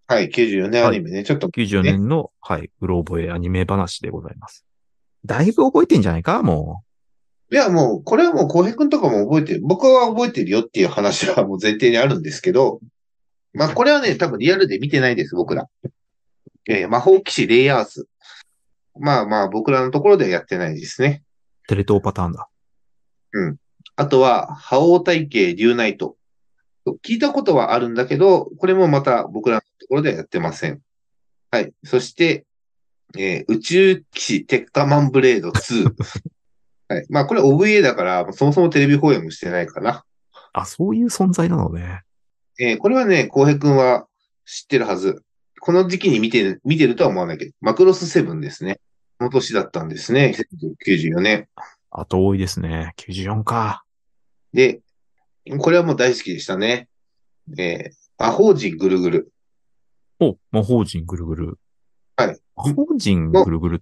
はい、94年アはい。 ニメね。ちょっと 94 ね。 年の、はい、うろ覚えアニメ話でございます。だいぶ覚えてんじゃないかもいや、もう、これはもう、浩平くんとかも覚えてる。僕は覚えてるよっていう話はもう前提にあるんですけど、まあ、これはね、多分リアルで見てないです、僕ら。魔法騎士レイアース。まあまあ、僕らのところではやってないですね。 う。テレ東パターンだ。 うん。あとは、覇王体系リュウナイト。聞いたことはあるんだけど、これもまた僕らのところではやってません。はい。そして、宇宙騎士鉄火マンブレード2。はい。まあ、これ OVA だから、そもそもテレビ放映もしてないかな。 あ、そういう存在なのね。 これはね、浩平くんは知ってるはず。この時期に見てるとは思わないけど、マクロスセブンですね。この年だったんですね。1994年。 あと多いですね。94か。 で、これはもう大好きでしたね。魔法陣ぐるぐる。 お、魔法陣ぐるぐる。 はい。 魔法陣のぐるぐるって、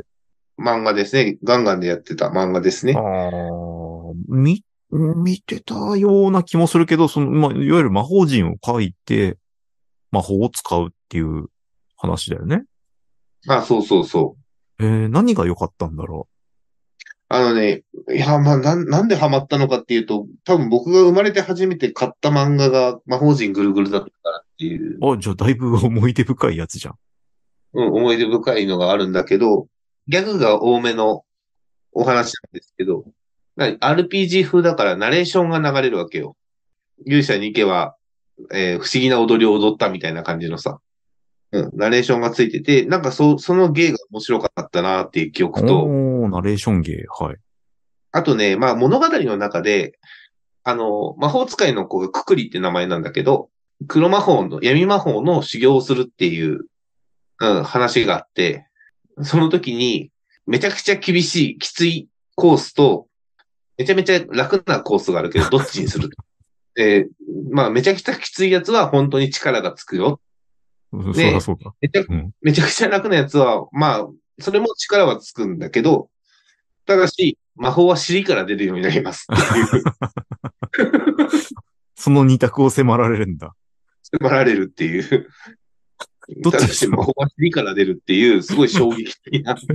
漫画ですね。ガンガンでやってた漫画ですあね。 ー、見てたような気もするけど、まあ、いわゆる魔法陣を書いて、魔法を使うっていう話だよね。 あ、そうそうそう。 何が良かったんだろあのね、いや、まあ、なんでハマったのかっていうと、多分僕が生まれて初めて買った漫画が魔法陣ぐるぐるだったからっていう、 う。あ、じゃあだいぶ思い出深いやつじゃん。 うん、思い出深いのがあるんだけど、ギャグが多めのお話なんですけど、RPG 風だからナレーションが流れるわけよ。勇者に行けば、不思議な踊りを踊ったみたいな感じのさ、うん、ナレーションがついてて、なんかその芸が面白かったなっていう記憶と、 おー、ナレーション芸。はい。 あとね、まあ物語の中で、魔法使いの子がククリって名前なんだけど、黒魔法の、闇魔法の修行をするっていう、うん、話があって、その時に、めちゃくちゃ厳しい、きついコースと、めちゃめちゃ楽なコースがあるけど、どっちにする？えまあ、めちゃくちゃきついやつは本当に力がつくよ。 そりゃで、 そうか。 めちゃ、 うん。 めちゃくちゃ楽なやつは、まあ、それも力はつくんだけど、ただし、魔法は尻から出るようになりますっていう、 その二択を迫られるんだ。 迫られるっていう、 どっただしちにしたの？ 魔法は尻から出るっていう、すごい衝撃的な。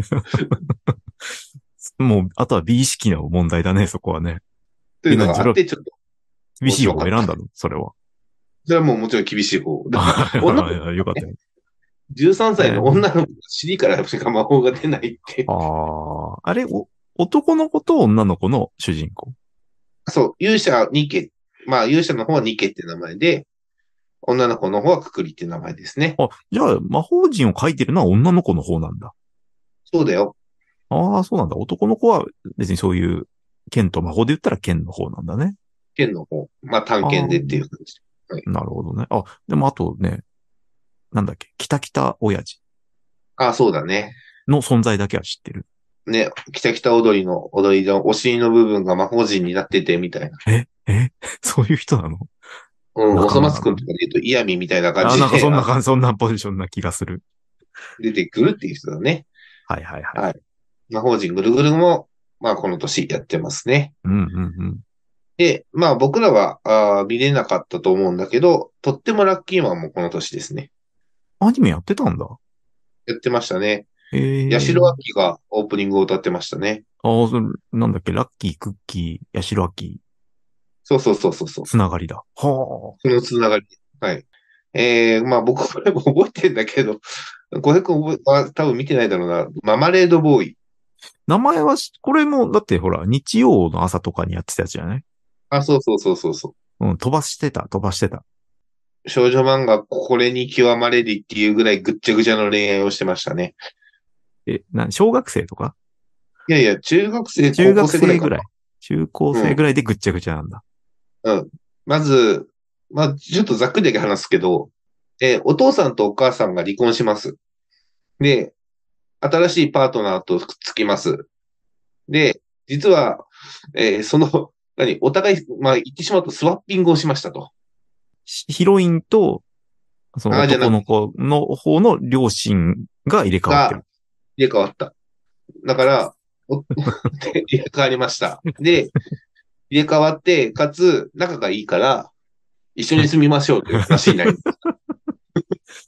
もう、あとは美意識の問題だね、そこはね。 というの何それはがあって、ちょっと面厳しい白かった。 方を選んだのそれは。 それはもうもちろん厳しい方。だから女の子あよかったね、 よ。 13歳のー、 女の子が尻からしか魔法が出ないって。 あれ、男の子と女の子の主人公。 そう、勇者ニケ。まあ、勇者の方はニケって名前で、女の子の方はククリって名前ですね。 あ、じゃあ、魔法陣を書いてるのは女の子の方なんだ。 そうだよ。 ああ、そうなんだ。男の子は別にそういう剣と魔法で言ったら剣の方なんだね。 剣の方。まあ、探ああ、 検でっていう感じ。はい。 なるほどね。あ、でもあとね、なんだっけ、キタキタ親父ああ、そうだね。 の存在だけは知ってる。 ね、北北踊りのお尻の部分が魔法陣になっててみたいな。 そういう人なの？ うん、おそ松くん仲間なの？ とかで言うとイヤミみたいな感あ、なんかじで、 そんなポジションな気がする。 出てくるっていう人だね。 はいはいはい。 はい。魔法陣ぐるぐるも、まあ、この年やってますね。 うんうんうん。 で、まあ僕らは見れなかったと思うんだけど、とってもラッキーマンもこの年ですね。 アニメやってたんだ。 やってましたね。 え八代亜え、 紀がオープニングを歌ってましたね。 ああ、なんだっけ、ラッキー、クッキー、ヤシロアキ、 そうそうそうそうそう。 つながりだ。はあ。 そのつながり。はい。まあ僕これも覚えてんだけど、小平君は多分見てないだろうな。ママレードボーイ。 名前はこれも、だってほら、日曜の朝とかにやってたやつじゃない？ あ、そうそうそうそうそうん、飛ばしてた。 う。少女漫画これに極まれりっていうぐらいぐっちゃぐちゃの恋愛をしてましたね。 小学生とかいやいや、中学生、高校中学生ぐらいか生ぐらい。中高な。うん。 生ぐらいでぐっちゃぐちゃなんだ。 うん。まず、まあ、ちょっとざっくりだけ話すけど、お父さんとお母さんが離婚します。で、新しいパートナーとくっつきます。で、実は、お互い、まあ、言ってしまうとスワッピングをしましたと。 ヒロインと、そのああ、じゃなくて、 男の子の方の両親が入れ替わってがる。 入れ替わった。だから、で入れ替わりました。で、入れ替わって、かつ、仲がいいから、一緒に住みましょうという話になります。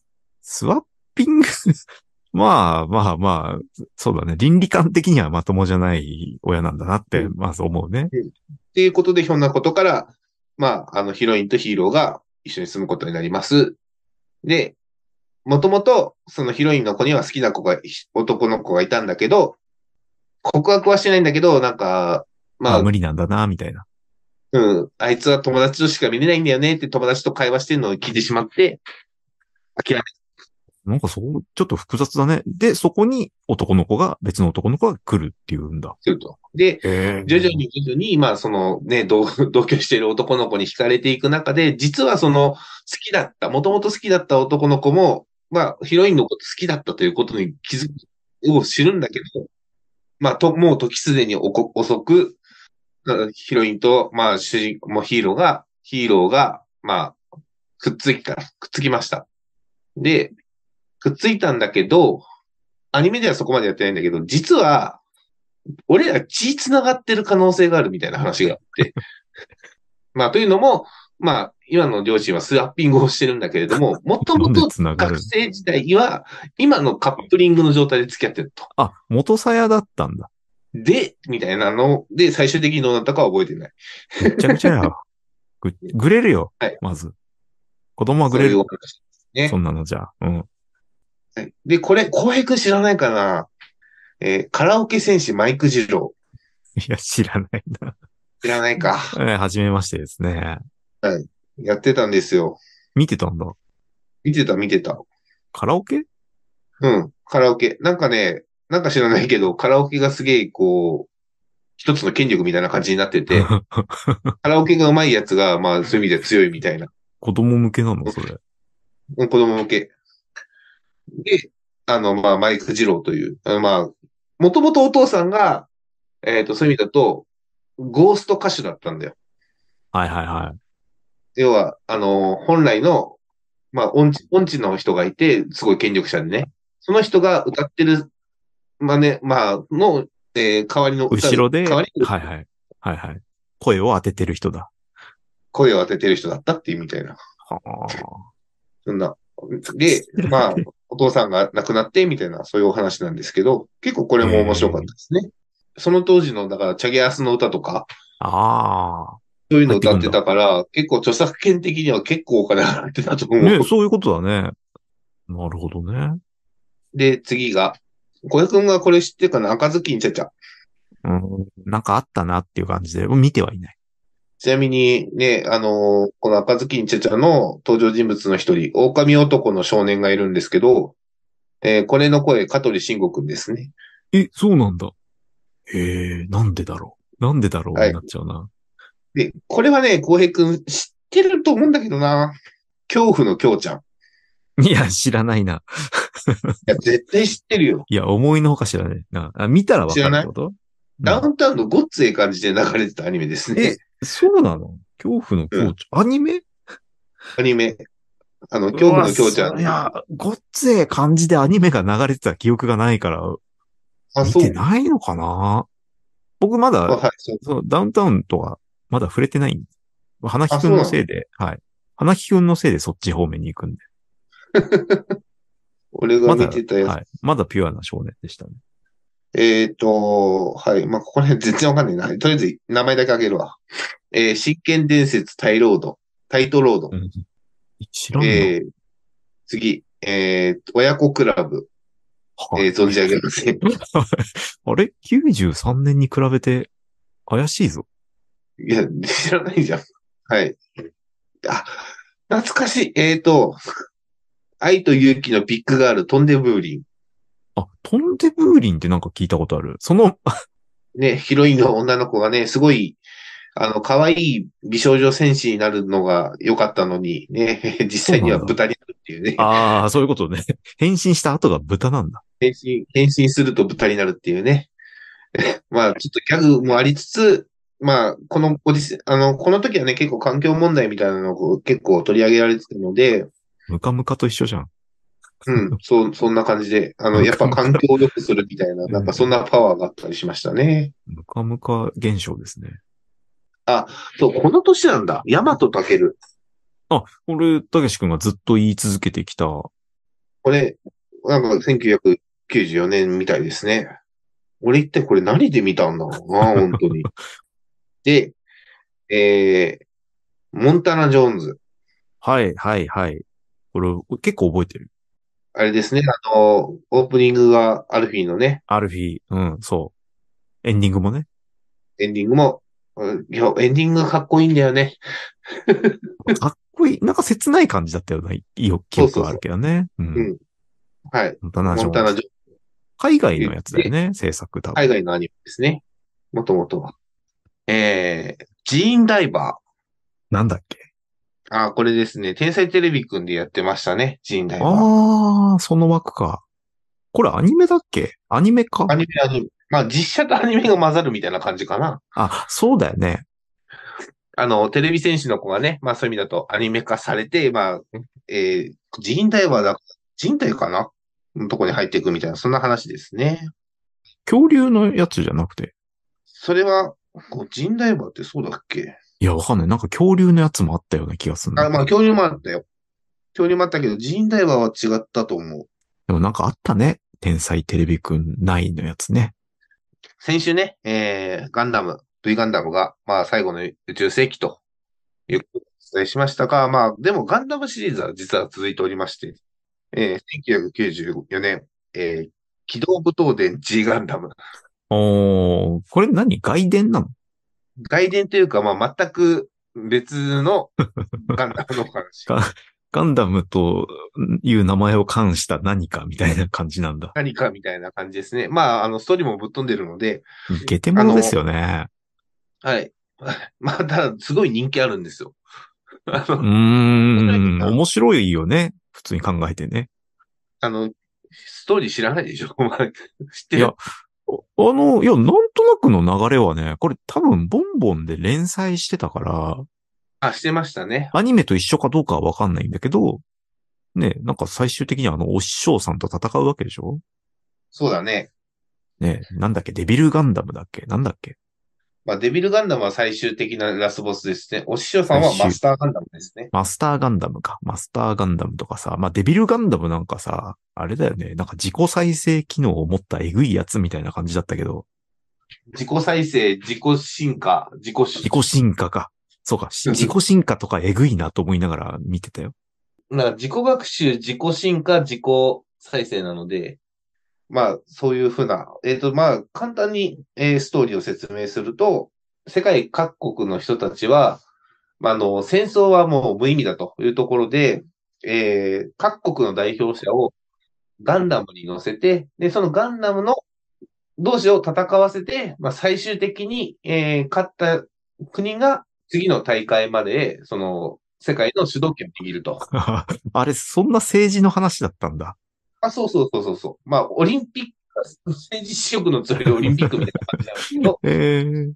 スワッピングまあまあまあ、そうだね。倫理観的にはまともじゃない親なんだなって、まず思うね。 っていうことで、ひょんなことから、まあ、ヒロインとヒーローが一緒に住むことになります。で、もともと、そのヒロインの子には好きな男の子がいたんだけど、告白はしてないんだけど、なんか、 まあまあ、 無理なんだな、みたいな。 うん、あいつは友達としか見れないんだよねって友達と会話してるのを聞いてしまって、諦めなんかちょっと複雑だね。で、そこに別の男の子が来るっていうんだ。 てると。で、 え徐々に、まあ、そのね、同居している男の子に惹かれていく中で、実はその好きだった、もともと好きだった男の子も、まあ、ヒロインのこと好きだったということに気づく、を知るんだけど、まあ、もう時すでに遅く、ヒロインと、まあ、もうヒーローが、まあ、くっつきました。で、くっついたんだけど、アニメではそこまでやってないんだけど、実は、俺ら血繋がってる可能性があるみたいな話があって。まあ、というのも、まあ、今の両親はスワッピングをしてるんだけれども、もとなんでもと繋がる？ 学生時代は、今のカップリングの状態で付き合ってると。 あ、元さやだったんだ。 で、みたいなので、最終的にどうなったかは覚えてない。 ぐっちゃぐちゃや。ぐれるよ。 はい。 まず。子供はぐそういうおれる。 話ですね。 そんなのじゃ。うん。 はい。で、これ、浩平くん知らないかな？カラオケ戦士マイク二郎。 いや、知らないな。 知らないか。 はじめましてですね。 はい。やってたんですよ。 見てたんだ。 見てた。 カラオケ？ うん。カラオケ。なんかね、なんか知らないけど、カラオケがすげえ、こう、一つの権力みたいな感じになってて、カラオケが上手いやつが、まあ、そういう意味で強いみたいな。 子供向けなのそれ。 子供向け。で、まあ、マイク二郎という、まあ、もともとお父さんが、そういう意味だと、ゴースト歌手だったんだよ。 はいはいはい。 要は、本来の、まあ、音痴の人がいて、すごい権力者でね。その人が歌ってるまあ、代わりの後ろで、 代わりにはいはい。はいはい。声を当ててる人だ。 声を当ててる人だったっていうみたいな。 はあ。 そんな。で、まあ、お父さんが亡くなって、みたいな、そういうお話なんですけど、結構これも面白かったですね。その当時の、だから、チャゲアスの歌とか、 ああ。 そういうの歌って入ってくんだ。 たから、結構著作権的には結構お金払ってたと思ね、 う。 そういうことだね。なるほどね。 で、次が、小江くんがこれ知ってるかな？赤ずきんちゃちゃ。 うん。なんかあったなっていう感じで、見てはいない。 ちなみにね、この赤ずきんちゃちゃの登場人物の一人、狼男の少年がいるんですけど、これの声、香取慎吾くんですね。 そうなんだ。へえ、なんでだろう。なんでだろうはい。 になっちゃうな。 で、これはね、浩平くん知ってると思うんだけどな。恐怖の京ちゃん。いいや、知らないな。 や、絶対知ってるよ。 いや、思いのほか知らないな。見たらわ知らない？ かるってこと？うん。 ダウンタウンのごっつええ感じで流れてたアニメですね。 そうなの？恐怖のうん。 境地。アニメ？ アニメ。 うわ、 恐怖の京ちゃん。 いや、ごっつええ感じでアニメが流れてた記憶がないから、 あ、 見てそう。 ないのかな？僕まだ、 はい、そう。 ダウンタウンとはまだ触れてないんで。花木あ、 くんそうなの？ のせいで、はい。花木くんのせいでそっち方面に行くんで。 俺が見まだ、 てたやつ。 はい。まだピュアな少年でしたね。 はい。まあ、ここら辺全然わかんないな。とりあえず、名前だけあげるわ。真剣伝説タイトロード。 うん。知らんな。 えー、次、親子クラブ。 はい。 存じ上げません。 あれ？ 93 年に比べて怪しいぞ。 いや、知らないじゃん。はい。あ、懐かしい。愛と勇気のビッグガール、トンデブーリン。 あ、トンデブーリンってなんか聞いたことある。 ね、ヒロインの女の子がね、すごい、可愛い美少女戦士になるのが良かったのに、ね、実際にはそうなんだ。 豚になるっていうね。 ああ、そういうことね。変身した後が豚なんだ。 変身すると豚になるっていうね。まあ、ちょっとギャグもありつつ、まあ、このご時世、この時はね、結構環境問題みたいなのを結構取り上げられてたので、 ムカムカと一緒じゃん。 うん、そんな感じで、 ムやっぱカムカ、 環境を良くするみたいな、なんかそんなパワーがあったりしましたね。 ムカムカ現象ですね。 あ、そう、この年なんだ。ヤマトタケル。 あ、たけし君がずっと言い続けてきたこれ、なんか1994年みたいですね。俺一体これ何で見たんだろうな、本当に。で、えモンタナ・ジョーンズ。 はい、はい、はい。これ、結構覚えてる。 あれですね、オープニングがアルフィーのね、 アルフィー、うん、そう。エンディングもね。 エンディングも、いや、エンディングかっこいいんだよね。 かっこいい。なんか切ない感じだったような、記憶はあるそうそうそけどね。うう。うん。 ん。はい。 モンタナ・モンタナ・ジョーンズ。 ジョーンズ海外の言っやつだよて、 ね、制作多分。 海外のアニメですね。もともとは。ジーンダイバなんだっけ？ ー。あ、これですね。天才テレビくんでやってましたね。ジーンダイバあー、その枠か。これアニメだっけ？アニメー。 か？ アニメ。まあ、実写とアニメが混ざるみたいな感じかな。 あ、そうだよね。 テレビ戦士の子がね、まあそういう意味だとアニメ化されて、まあ、人体は人体かなのとこに入っていくみたいな、そんな話ですね。 恐竜のやつじゃなくて。 それは、人体馬ってそうだっけ？ いや、わかんない。なんか恐竜のやつもあったような気がするんだあ、 けど。 まあ恐竜もあったよ。恐竜もあったけど、人体馬は違ったと思う。 でもなんかあったね。天才テレビくん9のやつね。 先週ね、ガンダム、V ガンダムが、まあ最後の宇宙世紀ということをお伝えしましたが、まあでもガンダムシリーズは実は続いておりまして、1994年、機動武闘伝 G ガンダム。 これ何？外伝なの？ 外伝というか、まあ、全く別のガンダムの話。 ガ、ガンダムという名前を冠した何かみたいな感じなんだ。 何かみたいな感じですね。まあ、ストーリーもぶっ飛んでるので、 ゲテモあの、 ノですよね。 はい。まあ、ただ、すごい人気あるんですよ。 うー面白いのん、 が、 面白いよね。普通に考えてね。 あの、ストーリー知らないでしょ？まあ、知っていや、 る？ いや、なんとなくの流れはね、これ多分ボンボンで連載してたから、 あ、してましたね。 アニメと一緒かどうかはわかんないんだけど、ね、なんか最終的にはお師匠さんと戦うわけでしょ？ そうだね。 ね、なんだっけ？デビルガンダムだっけ？なんだっけ？ まあ、デビルガンダムは最終的なラスボスですね。お師匠さんはマ最終、 スターガンダムですね。 マスターガンダムか。マスターガンダムとかさ、まあ、デビルガンダムなんかさ、あれだよね。なんか自己再生機能を持ったエグいやつみたいな感じだったけど、 自己再生、自己進化、 自己進化か。そうか、自己進化とかエグいなと思いながら見てたよ。 なんか自己学習、自己進化、自己再生なので、まあ、そういうふうな、まあ、簡単に、ストーリーを説明すると、世界各国の人たちは、まあ、戦争はもう無意味だというところで、各国の代表者をガンダムに乗せて、で、そのガンダムの同士を戦わせて、まあ、最終的に、勝った国が次の大会まで、世界の主導権を握ると。 あれ、そんな政治の話だったんだ。 あ、そうそうそうそうそう。まあ、オリンピック、政治資力の強いオリンピックみたいな感じなんですけど、 ええ。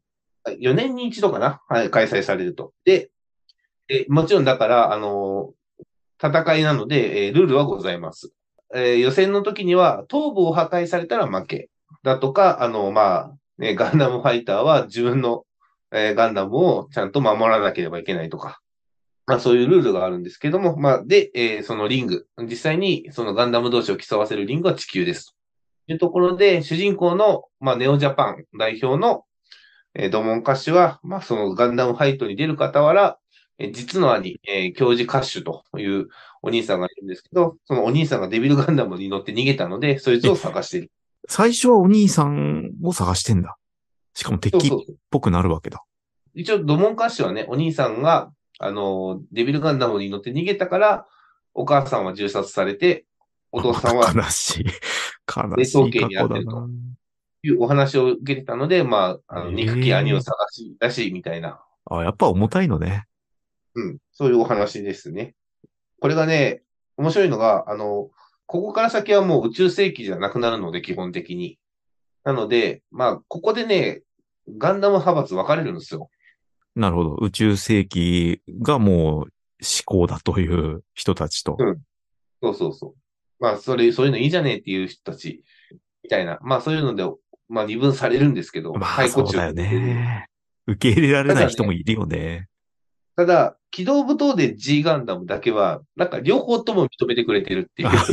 4年に一度かな、はい、開催されると。もちろんだから、戦いなので、ルールはございます。予選の時には、頭部を破壊されたら負け。だとか、まあ、ね、ガンダムファイターは自分の、ガンダムをちゃんと守らなければいけないとか。まあそういうルールがあるんですけども、まあで、そのリング、実際にそのガンダム同士を競わせるリングは地球です。というところで、主人公の、まあネオジャパン代表の、ドモンカッシュは、まあそのガンダムファイトに出る傍ら、実の兄、教授カッシュというお兄さんがいるんですけど、そのお兄さんがデビルガンダムに乗って逃げたので、そいつえ、 を探している。 最初はお兄さんを探してんだ。しかも敵っそうそうそう。 ぽくなるわけだ。 一応、ドモンカッシュはね、お兄さんが、デビルガンダムに乗って逃げたから、お母さんは銃殺されて、お父さんは悲しい。悲冷しい凍刑に遭過去だな。 ってるというお話を受けてたので、まあ、憎き兄をええ。 探し出し、みたいな、 あ、やっぱ重たいのね。 うん、そういうお話ですね。これがね、面白いのが、ここから先はもう宇宙世紀じゃなくなるので、基本的に。なので、まあ、ここでね、ガンダム派閥分かれるんですよ。 なるほど。宇宙世紀がもう思考だという人たちと。 うん。そうそうそう。まあ、そういうのいいじゃねえっていう人たち、みたいな。まあ、そういうので、まあ、二分されるんですけど、 まあ解雇中そうだよで。 ね。受け入れられただね、 ない人もいるよね。 ただ、機動武闘伝 G ガンダムだけは、なんか両方とも認めてくれてるっていう。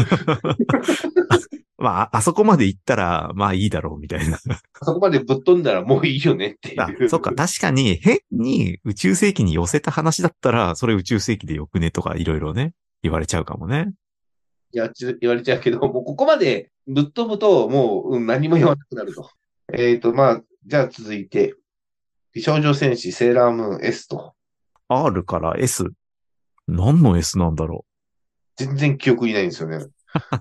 まあ、あそこまで行ったら、まあいいだろう、みたいな。 そこまでぶっ飛んだらもういいよねってあ、 いう。 そっか、確かに、変に宇宙世紀に寄せた話だったら、それ宇宙世紀でよくねとかいろいろね、言われちゃうかもね。 言われちゃうけど、もうここまでぶっ飛ぶと、もう、何も言わなくなると。まあ、じゃあ続いて、美少女戦士セーラームーン S と。 R から S。何の S なんだろ全然記憶にないんですよね。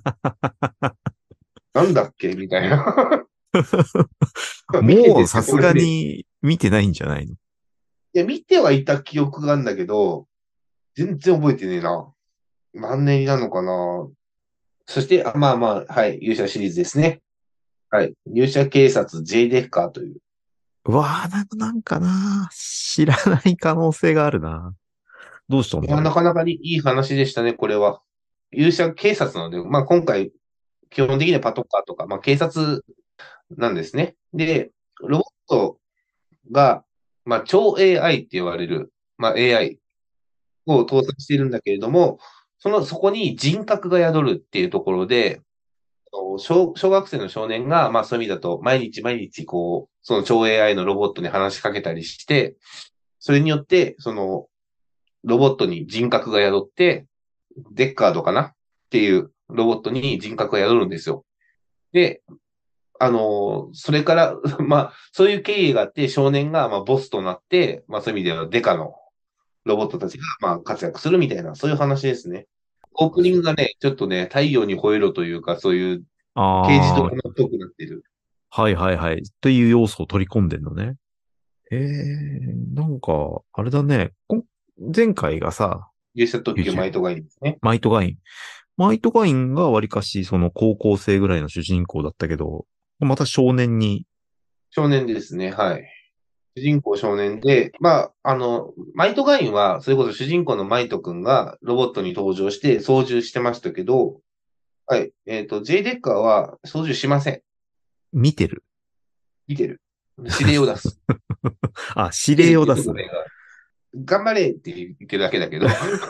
なんだっけみたいな。 う。 見てもうてさすがこれね、 に見てないんじゃないの？ いや、見てはいた記憶があるんだけど、全然覚えてねえな。何年になるのかな。そして、まあまあ、はい、勇者シリーズですね。はい。勇者警察 J デッカーという。 うわぁ、なんかな、知らない可能性があるな。どうしたんいや、なだろかなかにいい話でしたね、これは。勇者警察なので、まあ今回、基本的にはパトカーとか、まあ警察なんですね。で、ロボットが、まあ超 AI って言われる、まあ AI を搭載しているんだけれども、そこに人格が宿るっていうところで、小学生の少年が、まあそういう意味だと、毎日毎日こう、その超 AI のロボットに話しかけたりして、それによって、そのロボットに人格が宿って、デッカードかなっていうロボットに人格が宿るんですよ。で、それから、まあ、そういう経緯があって、少年が、まあ、ボスとなって、まあ、そういう意味では、デカのロボットたちが、まあ、活躍するみたいな、そういう話ですね。オープニングがね、ちょっとね、太陽に吠えろというか、そういうう。 刑事ドああ、 ラマっぽくなってる。 はいはいはい。という要素を取り込んでんのね。なんか、あれだね。前回がさ、 勇者特急マイ 90、 トがいいんですね。 マイトガイン。マイトガインがわりかし、その高校生ぐらいの主人公だったけど、また少年に、 少年ですね、はい。主人公少年で、まあ、マイトガインは、それこそ主人公のマイト君がロボットに登場して操縦してましたけど、はい。J デッカーは操縦しません。 見てる。 見てる。指令を出す。 あ、指令ええっていうを出す。 ところが、頑張れって言ってるだけだけど、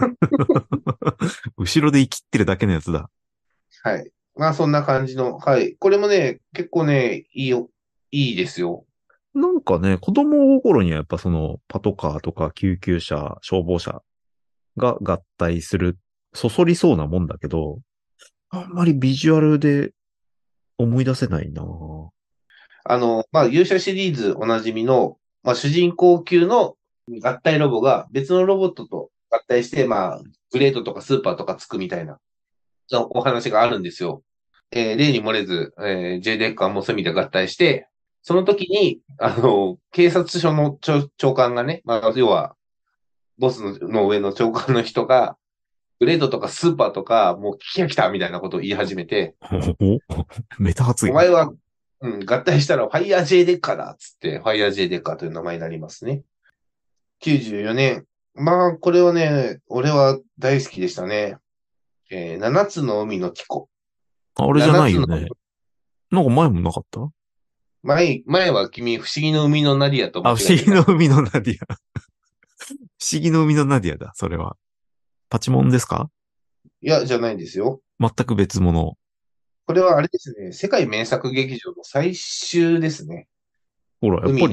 後ろで生きってるだけのやつだ。 はい。まあ、そんな感じの、はい。これもね、結構ね、いいよ、いいですよ。 なんかね、子供心にはやっぱその、パトカーとか救急車、消防車が合体する、そそりそうなもんだけど、あんまりビジュアルで思い出せないなぁ。 まあ、勇者シリーズおなじみの、まあ、主人公級の合体ロボが別のロボットと合体して、まあ、グレートとかスーパーとかつくみたいな、そのお話があるんですよ。例に漏れず、J デッカーもそういう意味で合体して、その時に、警察署の長官がね、まあ、要は、ボスの上の長官の人が、グレードとかスーパーとか、もう来たみたいなことを言い始めて、 おメタ発言。 お前は、合体したらファイヤー J デッカーだっつって、ファイヤー J デッカーという名前になりますね。94年。まあ、これはね、俺は大好きでしたね。7つの海のティコ。 あれじゃ 7つの、 ないよね。なんか前もなかった？ 前は君、不思議の海のナディアと間あ、不思議違えてた。 の海のナディア。不思議の海のナディアだ、それは。パチモンですか？ いや、じゃないんですよ。 全く別物。 これはあれですね、世界名作劇場の最終ですね。 ほら、やっぱ海り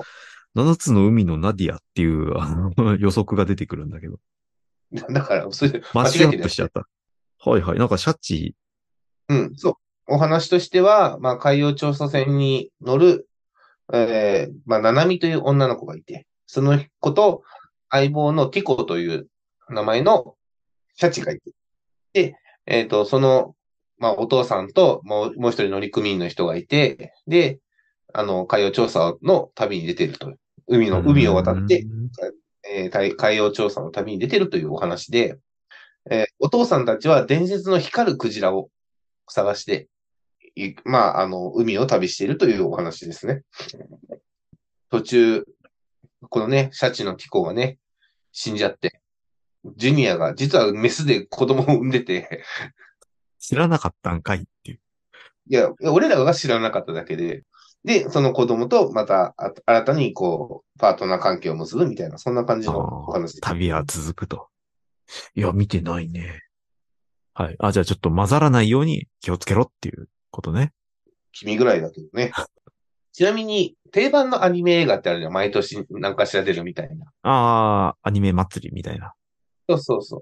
7つの海のナディアっていう、予測が出てくるんだけど。 だから、それで間違マッシュアッえてるやつね。 プしちゃった。はいはい。なんかシャチ、 うん、そう。お話としては、まあ、海洋調査船に乗る、まあ、ナナミという女の子がいて、その子と相棒のティコという名前のシャチがいて、で、その、まあ、お父さんともう一人乗組員の人がいて、で、海洋調査の旅に出てるという。 うー海を渡って、 ん。 海洋調査の旅に出てるというお話で、お父さんたちは伝説の光るクジラを探して、まあ、海を旅しているというお話ですね。途中、このね、シャチのティコがね、死んじゃって、ジュニアが実はメスで子供を産んでて、 知らなかったんかいっていう。 いや、俺らが知らなかっただけで、 で、その子供とまた新たにこう、パートナー関係を結ぶみたいな、そんな感じのお話。 旅は続くと。いや、見てないね。はい。あ、じゃあちょっと混ざらないように気をつけろっていうことね。 君ぐらいだけどね。ちなみに、定番のアニメ映画ってあるじゃん。毎年何かしら出るみたいな。 ああ、アニメ祭りみたいな。 そうそうそう。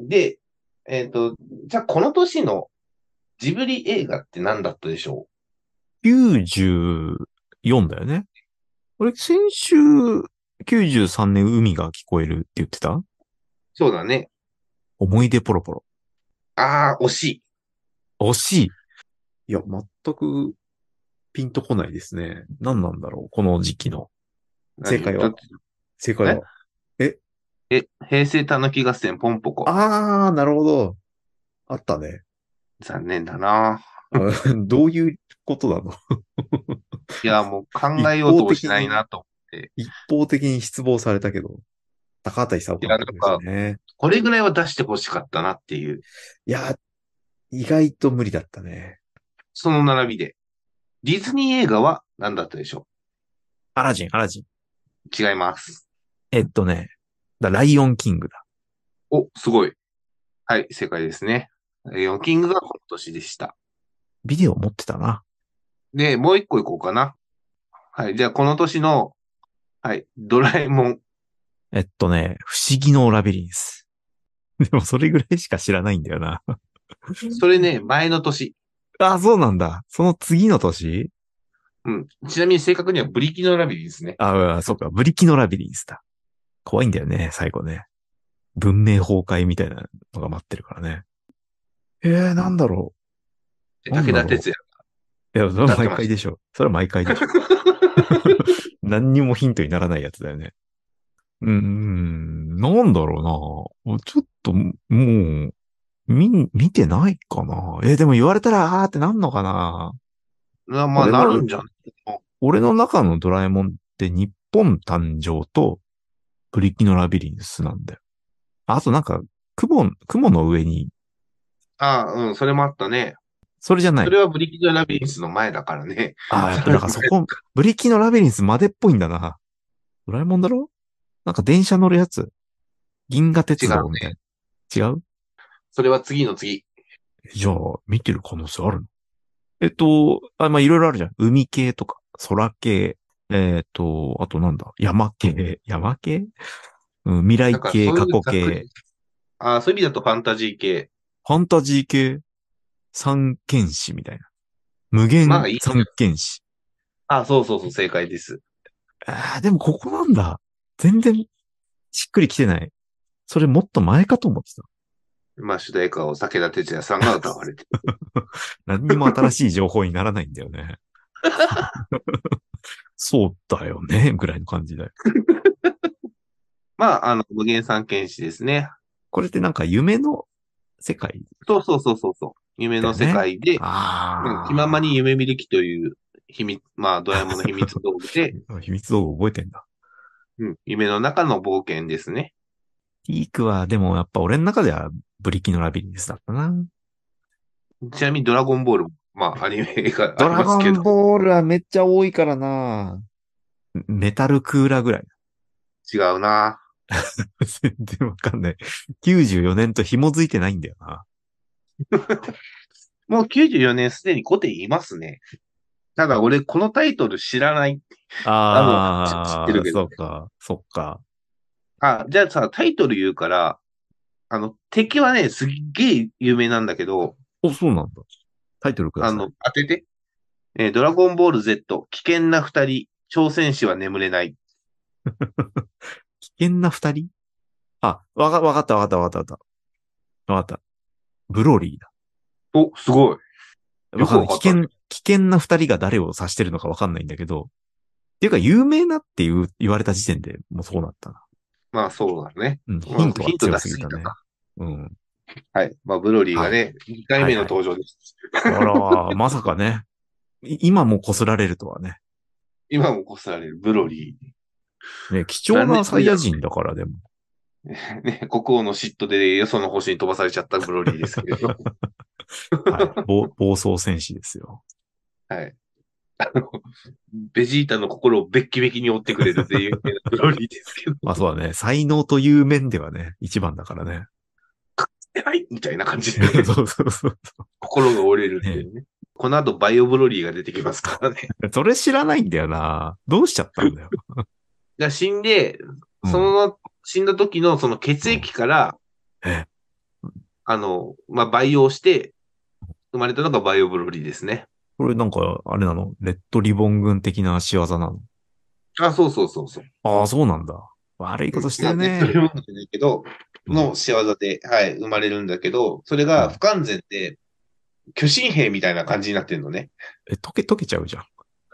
で、じゃあこの年のジブリ映画って何だったでしょ 94だよね。俺、先週、93年海が聞こえるって言ってた？ う？そうだね。 思い出ポロポロ。 ああ、惜しい。 惜しい。いや、全くピンとこないですね。何なんだろう、この時期の。正解はだって、え正解はえ、 平成たぬき合戦ポンポコ。 あー、なるほど。あったね。 残念だな。 どういうことなの？ いや、もう考一えよう方ともしない的に、 なと思って。 一方的に失望されたけど、高畑勲いや、 監督ですね。 これぐらいは出してほしかったなっていう、 いや、意外と無理だったね。 その並びで。ディズニー映画は何だったでしょアラジン、アラジン。 う？違います。 ライオンキングだ。 お、すごい。はい、正解ですね。ライオンキングが今年でした。 ビデオ持ってたな。 で、もう一個いこうかな。はい、じゃあこの年の、はい、ドラえもん。 不思議のラビリンス。でもそれぐらいしか知らないんだよな。 それね、前の年。 あ、そうなんだ。その次の年？ うん。ちなみに正確にはブリキのラビリンですね。 そっか、ブリキのラビリンスだ。怖いんだよね、最後ね。文明崩壊みたいなのが待ってるからね。 うん。 なんだろう。なん武だろ田鉄矢う。いや、それは歌ってました。 毎回でしょ。それは毎回でしょ。何にもヒントにならないやつだよね。なんだろうな。ちょっと、もう、見てないかな。でも言われたら、あーってなんのかな。 まあ、 俺の、 なるんじゃん。 俺の中のドラえもんって日本誕生とプリキのラビリンスなんだよ。あとなんか、雲の上に、 ああ、うん、それもあったね。 それじゃない。 それはブリキのラビリンスの前だからね。 やっぱさらに前。 だからそこ、ブリキのラビリンスまでっぽいんだな。ドラえもんだろ？なんか電車乗るやつ。銀河違う。 鉄道みたいな。違う？ それは次の次。 じゃあ、見てる可能性あるの？まあ、いろいろあるじゃん。海系とか、空系、あとなんだ、山系、うん、未来なんか系、過そういう去系、 ざっくり。ああ、そういう意味だとファンタジー系。 ファンタジー系、三剣士みたいな。無まあいい。 限三剣士。 あ、そうそうそう、正解です。 でもここなんだ。全然しっくりきてない。それもっと前かと思ってた。 まあ主題歌を武田鉄矢さんが歌われてる。 何にも新しい情報にならないんだよね。そうだよね、ぐらいの感じだよ。 まあ、無限三剣士ですね。 これってなんか夢の世界そうそうそうそうそう。夢の世だよね。 界で、うん、気ままにあ夢見る気という秘密、まあ、ドラえもんの秘密道具で、 あ。秘密道具覚えてんだ。 うん、夢の中の冒険ですね。 ピークは、でもやっぱ俺の中ではブリキのラビリンスだったな。 ちなみにドラゴンボールも、まあ、アニメがあドりますけど、 ラゴンボールはめっちゃ多いからな。メタルクーラーぐらい。 違うな。 全然わかんない。94年と紐づいてないんだよな。 もう94年すでに5点いますね。ただ俺、このタイトル知らない。知ってるけどね。 そうか、そっか。 あ、じゃあさ、タイトル言うから、敵はね、すっげえ有名なんだけど、 そうなんだ。タイトルください。 当てて。ドラゴンボール Z、危険な二人、挑戦士は眠れない。 危険な二人？わかったわかったわかったわかった。わかった。ブロリーだ。 お、すごい。よわかんない。 くわかったね。 危険な二人が誰を指してるのかわかんないんだけど。っていうか、有名なって言われた時点でもうそうなったな。 まあ、そうだね。 うん、 まあ、 ヒントは強ヒント出しすぎたね。 すぎたか。 うん。 はい。まあ、ブロリーがはい。 ね、2回目のはいはい。 登場です。 あら、まさかね。今もこすられるとはね。 今もこすられるブロリね、貴ー。 重何年ぶりだろなサイヤ人だからでも。 うね。国王の嫉妬でよその星に飛ばされちゃったブロリーですけれど。 はい。暴走戦士ですよ。 はい。 ベジータの心をベッキベキに折ってくれるっていうブロリーですけど、 まあそうだね。才能という面ではね、一番だからね。 はいみたいな感じでそうそうそう。 心が折れるっていね、 うね。この後バイオブロリーが出てきますからね。 それ知らないんだよな。どうしちゃったんだよ。 死んで、 うん。 死んだ時のその血うん。 液から、 え、 培養して生まれたのがバイオブロリーですね。 これなんか、あれなのレッドリボン軍的な仕業なの？ あ、そうそうそうそう。 ああ、そうなんだ。悪いことしてまあ、ネットフるね。 リーじゃないけど、 うん。 の仕業で、はい、生まれるんだけど、それうん。 が不完全で、巨神兵みたいな感じになってるのね。 え、溶けちゃうじゃん。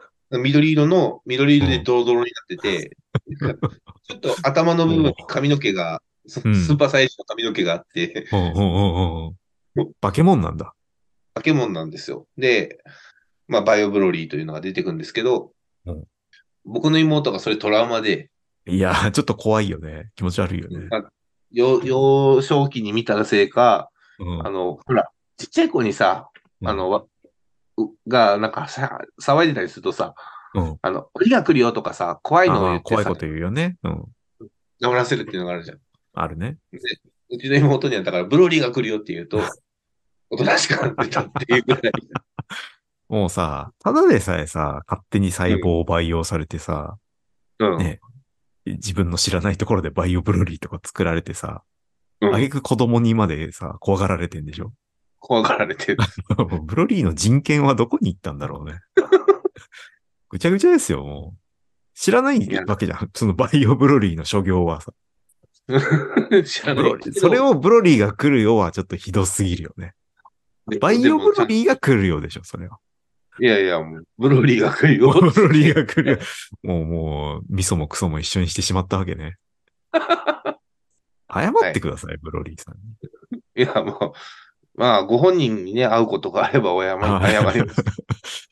緑色でうん。 ドロドロになってて、ちょっと頭の部分におう。 髪の毛が、 うん。 スーパーサイズの髪の毛があって、 おうおうおうおう。化け物なんだ。 化け物なんですよ。で、バイオブロリーというのが出てくるんですけど、 うん。 僕の妹がそれトラウマで、 いやー、ちょっと怖いよね。気持ち悪いよね。 幼少期に見たせいか、 うん。 ほら、ちっちゃい子にさ、 うん。 なんかさ、騒いでたりするとさ、 うん。 鬼が来るよとかさ、怖いのをああ、 言ってさ、 怖いこと言うよね。うん。 黙らせるっていうのがあるじゃん。 あるね。 で、うちの妹にはだからブロリーが来るよって言うと、おとなしくなってたっていうぐらい。 もうさ、ただでさえさ、勝手に細うん。 胞を培養されてさ、 うん。 ね、自分の知らないところでバイオブロリーとか作られてさ、 うん。 あげく子供にまでさ、怖がられてんでしょ？ 怖がられてる。 ブロリーの人権はどこに行ったんだろうね。ぐちゃぐちゃですよ、もう。知らないいや、 わけじゃん。そのバイオブロリーの所業はさ。 知らないけそれど、 をブロリーが来るよはちょっとひどすぎるよね。バイオブでもちゃん、 ロリーが来るよでしょ、それは。 いやいや、もう、ブロリーが来るよ、 ブロリーつって。 が来るよ。味噌もクソも一緒にしてしまったわけね。謝っはい。 てください、ブロリーさんに。 いや、もう、ご本人にね、会うことがあれば謝はい。 ります。